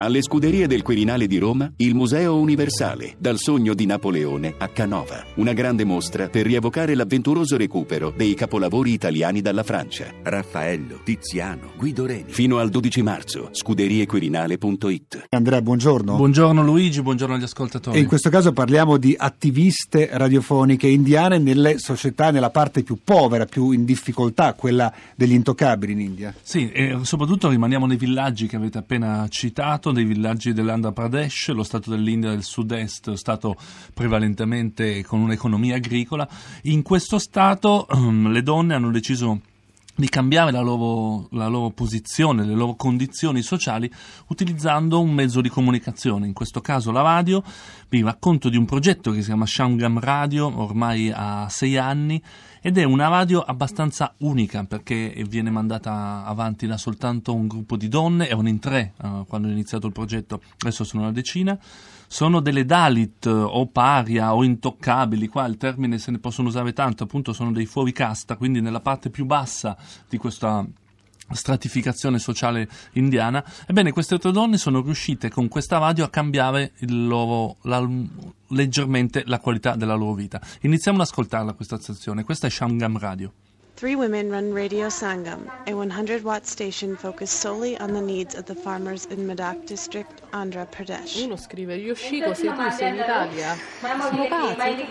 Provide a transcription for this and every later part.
Alle Scuderie del Quirinale di Roma, il Museo Universale, dal sogno di Napoleone a Canova. Una grande mostra per rievocare l'avventuroso recupero dei capolavori italiani dalla Francia. Raffaello, Tiziano, Guido Reni. Fino al 12 marzo, scuderiequirinale.it. Andrea, buongiorno. Buongiorno Luigi, buongiorno agli ascoltatori. E in questo caso parliamo di attiviste radiofoniche indiane nelle società, nella parte più povera, più in difficoltà, quella degli intoccabili in India. Sì, e soprattutto rimaniamo nei villaggi che avete appena citato, dei villaggi dell'Andhra Pradesh, lo stato dell'India del sud-est, stato prevalentemente con un'economia agricola. In questo stato le donne hanno deciso di cambiare la loro posizione, le loro condizioni sociali utilizzando un mezzo di comunicazione, in questo caso la radio. Vi racconto di un progetto che si chiama Sangam Radio, ormai ha 6 anni, ed è una radio abbastanza unica perché viene mandata avanti da soltanto un gruppo di donne. Erano in 3 quando è iniziato il progetto, adesso sono una decina. Sono delle Dalit o paria o intoccabili, qua il termine se ne possono usare tanto, appunto sono dei fuori casta, quindi nella parte più bassa di questa stratificazione sociale indiana. Ebbene, queste 3 donne sono riuscite con questa radio a cambiare leggermente la qualità della loro vita. Iniziamo ad ascoltarla questa stazione, questa è Sangam Radio. 3 women run Radio Sangam, a 100-watt station focused solely on the needs of the farmers in Medak district, Andhra Pradesh. Uno scrive: Yoshiko, se tu sei in Italia, sono pazzi.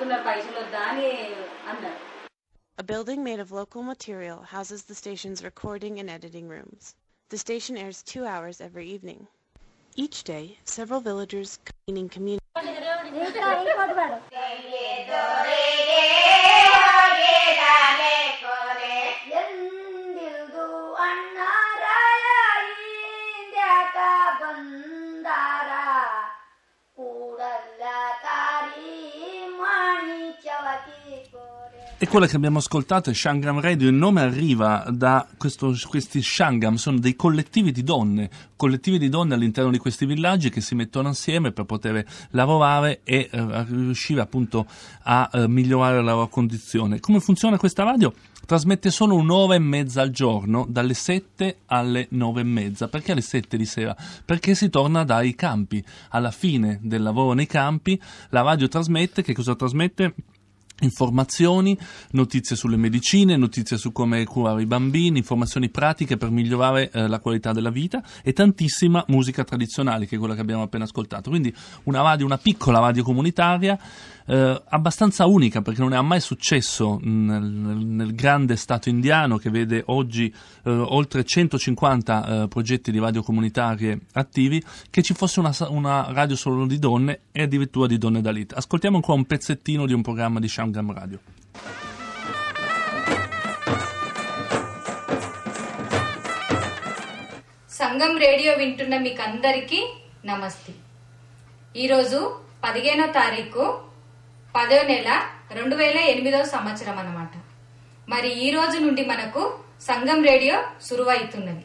A building made of local material houses the station's recording and editing rooms. The station airs 2 hours every evening. Each day, several villagers cleaning community. E quella che abbiamo ascoltato è Sangam Radio. Il nome arriva da questi Sangam, sono dei collettivi di donne all'interno di questi villaggi che si mettono insieme per poter lavorare e riuscire appunto a migliorare la loro condizione. Come funziona questa radio? Trasmette solo 1 ora e mezza al giorno, dalle 7 alle 9 e mezza. Perché alle 7 di sera? Perché si torna dai campi. Alla fine del lavoro nei campi la radio trasmette, che cosa trasmette? Informazioni, notizie sulle medicine, notizie su come curare i bambini, informazioni pratiche per migliorare la qualità della vita e tantissima musica tradizionale, che è quella che abbiamo appena ascoltato. Quindi una piccola radio comunitaria abbastanza unica, perché non è mai successo nel grande stato indiano, che vede oggi oltre 150 progetti di radio comunitarie attivi, che ci fosse una radio solo di donne e addirittura di donne Dalit. Ascoltiamo ancora un pezzettino di un programma di Sangam Radio. సంగం రేడియో వింటున్న మీకందరికీ నమస్తే. ఈరోజు 15వ తారీఖు 10వ నెల 2008వ సంవత్సరం అన్నమాట. మరి ఈ రోజు నుండి మనకు సంగం రేడియో సురువైతున్నది.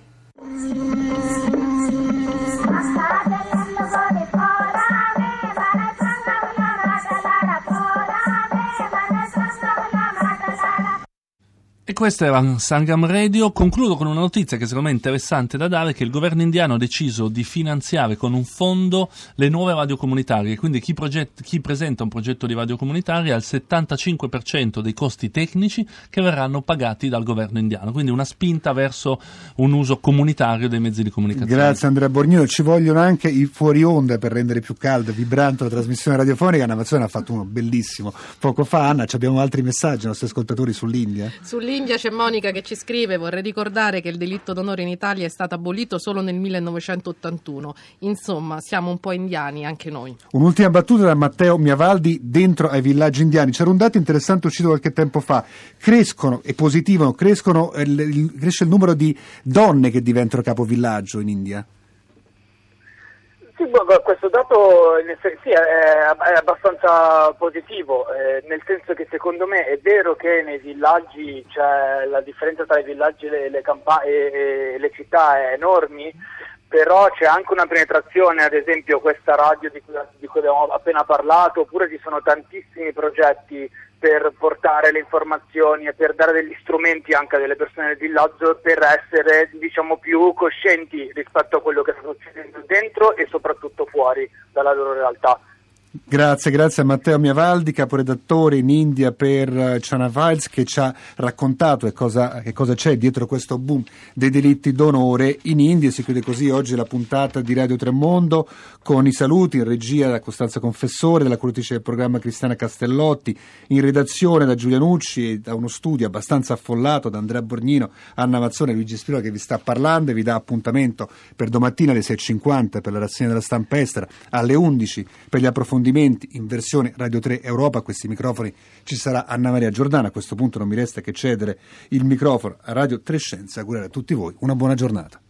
E questo era Sangam Radio. Concludo con una notizia che secondo me è interessante da dare, che il governo indiano ha deciso di finanziare con un fondo le nuove radio comunitarie, quindi chi presenta un progetto di radio comunitaria ha il 75% dei costi tecnici che verranno pagati dal governo indiano, quindi una spinta verso un uso comunitario dei mezzi di comunicazione. Grazie Andrea Borgnino. Ci vogliono anche i fuori onda per rendere più calda, vibrante la trasmissione radiofonica. Anna Mazzone ha fatto uno bellissimo poco fa. Anna, abbiamo altri messaggi ai nostri ascoltatori sull'India? Sull'India c'è Monica che ci scrive: vorrei ricordare che il delitto d'onore in Italia è stato abolito solo nel 1981. Insomma, siamo un po' indiani anche noi. Un'ultima battuta da Matteo Miavaldi dentro ai villaggi indiani. C'era un dato interessante uscito qualche tempo fa: cresce il numero di donne che diventano capovillaggio in India. Sì, questo dato sì, è abbastanza positivo, nel senso che secondo me è vero che nei villaggi c'è la differenza tra i villaggi e le città è enormi, però c'è anche una penetrazione, ad esempio questa radio di cui abbiamo appena parlato, oppure ci sono tantissimi progetti per portare le informazioni e per dare degli strumenti anche a delle persone del villaggio per essere, diciamo, più coscienti rispetto a quello che sta succedendo dentro e soprattutto fuori dalla loro realtà. Grazie a Matteo Miavaldi, caporedattore in India per China Files, che ci ha raccontato che cosa c'è dietro questo boom dei delitti d'onore in India. Si chiude così oggi la puntata di Radio Tremondo con i saluti in regia da Costanza Confessore, dalla curatrice del programma Cristiana Castellotti, in redazione da Giulia Nucci e da uno studio abbastanza affollato da Andrea Borgnino, Anna Mazzone e Luigi Spiro che vi sta parlando e vi dà appuntamento per domattina alle 6.50 per la rassegna della stampa estera, alle 11 per gli approfondimenti in versione Radio 3 Europa. A questi microfoni ci sarà Anna Maria Giordana. A questo punto non mi resta che cedere il microfono a Radio 3 Scienze. Augurare a tutti voi una buona giornata.